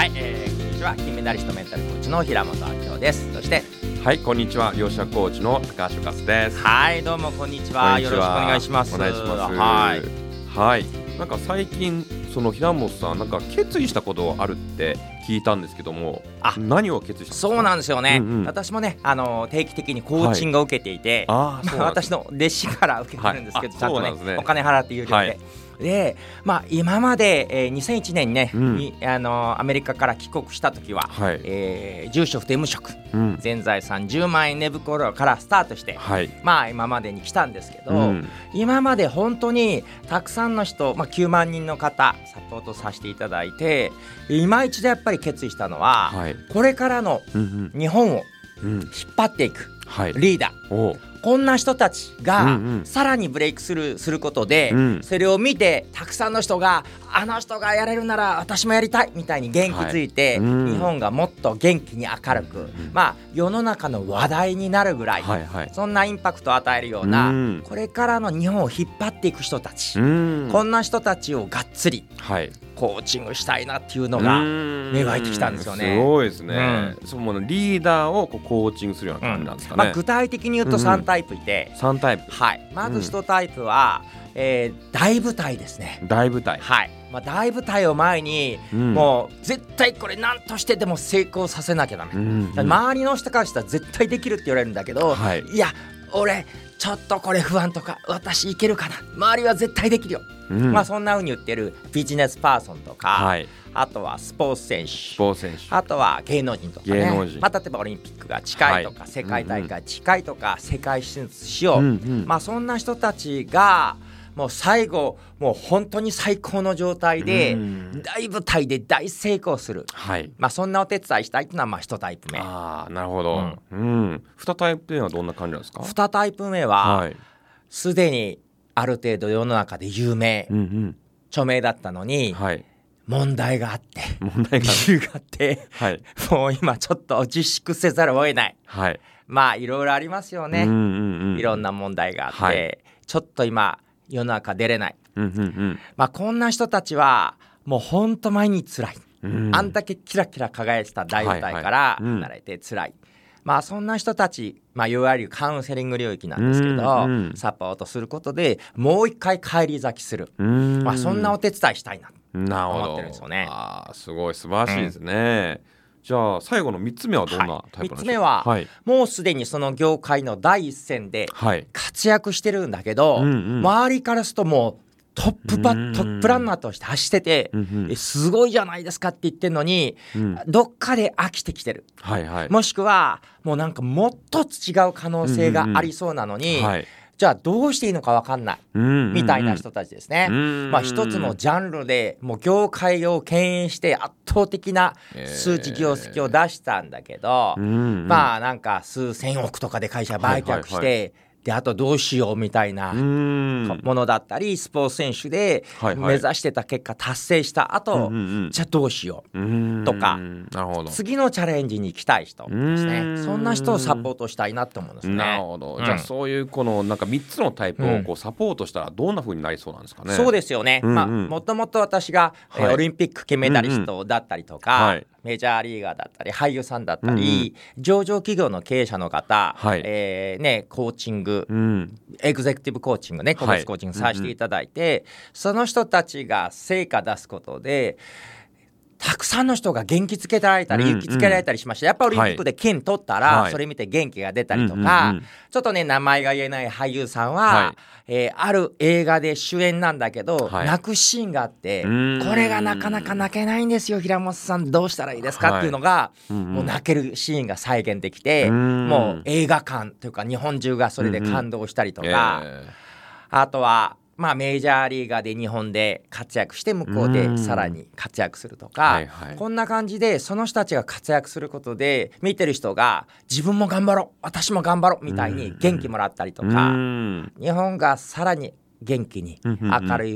はい、こんにちは。金メダリストメンタルコーチの平本明夫です。そしてはい、こんにちは。両者コーチの高橋和です。 はい、どうもこんにちは。よろしくお願いします。 お願いします。 はい。 なんか最近その平本さんなんか決意したことあるって聞いたんですけども、何を決意したんですか？ そうなんですよね。私もね、定期的にコーチングを受けていて、私の弟子から受けてるんですけど、ちゃんとねお金払って有料で。で、今まで、2001年にね、アメリカから帰国した時は、住所不定無職、全財産10万円値袋からスタートして、今までに来たんですけど、今まで本当にたくさんの人、9万人の方サポートさせていただいて、今一度やっぱり決意したのは、これからの日本を引っ張っていくリーダー、こんな人たちがさらにブレイクスルーすることで、それを見てたくさんの人があの人がやれるなら私もやりたいみたいに元気づいて、日本がもっと元気に明るく、世の中の話題になるぐらい、そんなインパクトを与えるような、これからの日本を引っ張っていく人たち、こんな人たちをがっつりコーチングしたいなっていうのが芽生えてきたんですよね。 すごいですね。そのリーダーをコーチングするような感じなんですかね。 具体的に言うと3タイプいて、 3タイプ、 まず1タイプは、大舞台ですね。 大舞台、 大舞台を前に、もう絶対これ何としてでも成功させなきゃダメ、周りの人からしたら絶対できるって言われるんだけど、いや俺ちょっとこれ不安とか、私いけるかな、周りは絶対できるよ、そんな風に言ってるビジネスパーソンとか、あとはスポーツ選手、あとは芸能人とかね、例えばオリンピックが近いとか、世界大会近いとか、世界進出しよう、そんな人たちがもう最後もう本当に最高の状態で大舞台で大成功する、そんなお手伝いしたいっていうのは1タイプ目。 なるほど。2タイプ目はどんな感じなんですか ？2タイプ目はすでにある程度世の中で有名、著名だったのに、問題があって理由があって、もう今ちょっと自粛せざるを得ない、いろいろありますよね、いろんな問題があって、ちょっと今世の中出れない、こんな人たちはもうほんと毎日辛い、あんだけキラキラ輝いてた大舞台から離れて辛い、そんな人たち、いわゆるカウンセリング領域なんですけど、サポートすることでもう一回返り咲きする、そんなお手伝いしたいなと思ってるんですよね。 すごい素晴らしいですね。じゃあ最後の3つ目はどんなタイプなんですか？ 3つ目は、もうすでにその業界の第一線で活躍してるんだけど、周りからするともうトップランナーとして走ってて、すごいじゃないですかって言ってるのに、どっかで飽きてきてる、もしくはもうなんかもっと違う可能性がありそうなのに、じゃあどうしていいのか分かんないみたいな人たちですね。一つのジャンルでもう業界を牽引して圧倒的な数値業績を出したんだけど、なんか数千億とかで会社売却して、であとどうしようみたいなものだったり、スポーツ選手で目指してた結果達成した後、じゃあどうしようとか、次のチャレンジに行きたい人ですね。そんな人をサポートしたいなって思うんですね。 なるほど。じゃあそういうこのなんか3つのタイプをこうサポートしたらどんな風になりそうなんですかね？ そうですよね。もともと私がオリンピック金メダリストだったりとか、メジャーリーガーだったり俳優さんだったり、上場企業の経営者の方、コーチング、エグゼクティブコーチングね、個別コーチングさせていただいて、その人たちが成果出すことでたくさんの人が元気づけられたり勇気づけられたりしました。やっぱオリンピックで金取ったら、それ見て元気が出たりとか、ちょっとね名前が言えない俳優さんは、ある映画で主演なんだけど、泣くシーンがあって、これがなかなか泣けないんですよ、平本さんどうしたらいいですかっていうのが、もう泣けるシーンが再現できて、もう映画館というか日本中がそれで感動したりとか、あとはメジャーリーガーで日本で活躍して向こうでさらに活躍するとか、こんな感じでその人たちが活躍することで見てる人が自分も頑張ろう、私も頑張ろうみたいに元気もらったりとか、日本がさらに元気に明るい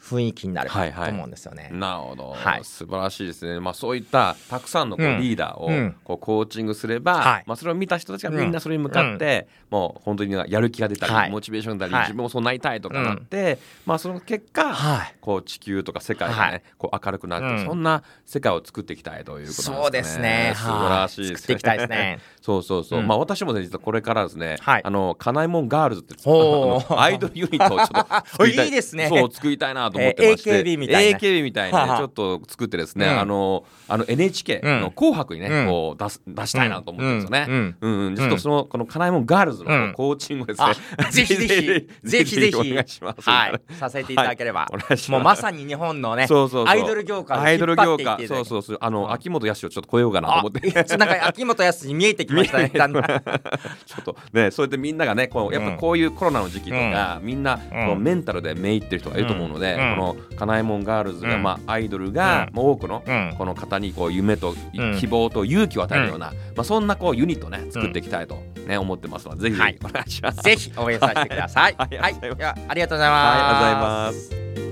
雰囲気になるかと思うんですよね。 なるほど、素晴らしいですね。そういったたくさんのリーダーをコーチングすれば、それを見た人たちがみんなそれに向かって、もう本当にやる気が出たり、モチベーションが出たり、自分もそうなりたいとかなって、その結果、地球とか世界がね、明るくなって、そんな世界を作っていきたいということなんですね。 そうですね。 素晴らしいですね。 作っていきたいですね。 そうそうそう。私もね、実はこれからですね、カナイモンガールズってアイドルユニットをちょっと作りたい。 いいですね。 そう作りたいなと思ってまして、 AKB みたいな AKB みたいなちょっと作ってですね、NHK の紅白にね、こう出したいなと思ってるんですよね。ちょっとそのこのカナイモンガールズのコーチングをですね、 ぜひぜひお願いします。 させていただければ、もうまさに日本のねアイドル業界を引っ張っていっていただいて、 そう秋元康をちょっと超えようかなと思って、 なんか秋元康に見えてきましたね。だんだんちょっとね、そうやってみんながね、やっぱこういうコロナの時期とか、みんなメンタルでめいってる人がいると思うので、このカナイモンガールズが、アイドルが多くのこの方に夢と希望と勇気を与えるような、そんなユニットをね作っていきたいとね思ってますので、ぜひお願いします。 ぜひ応援させてください。はい、ありがとうございます。 ありがとうございます。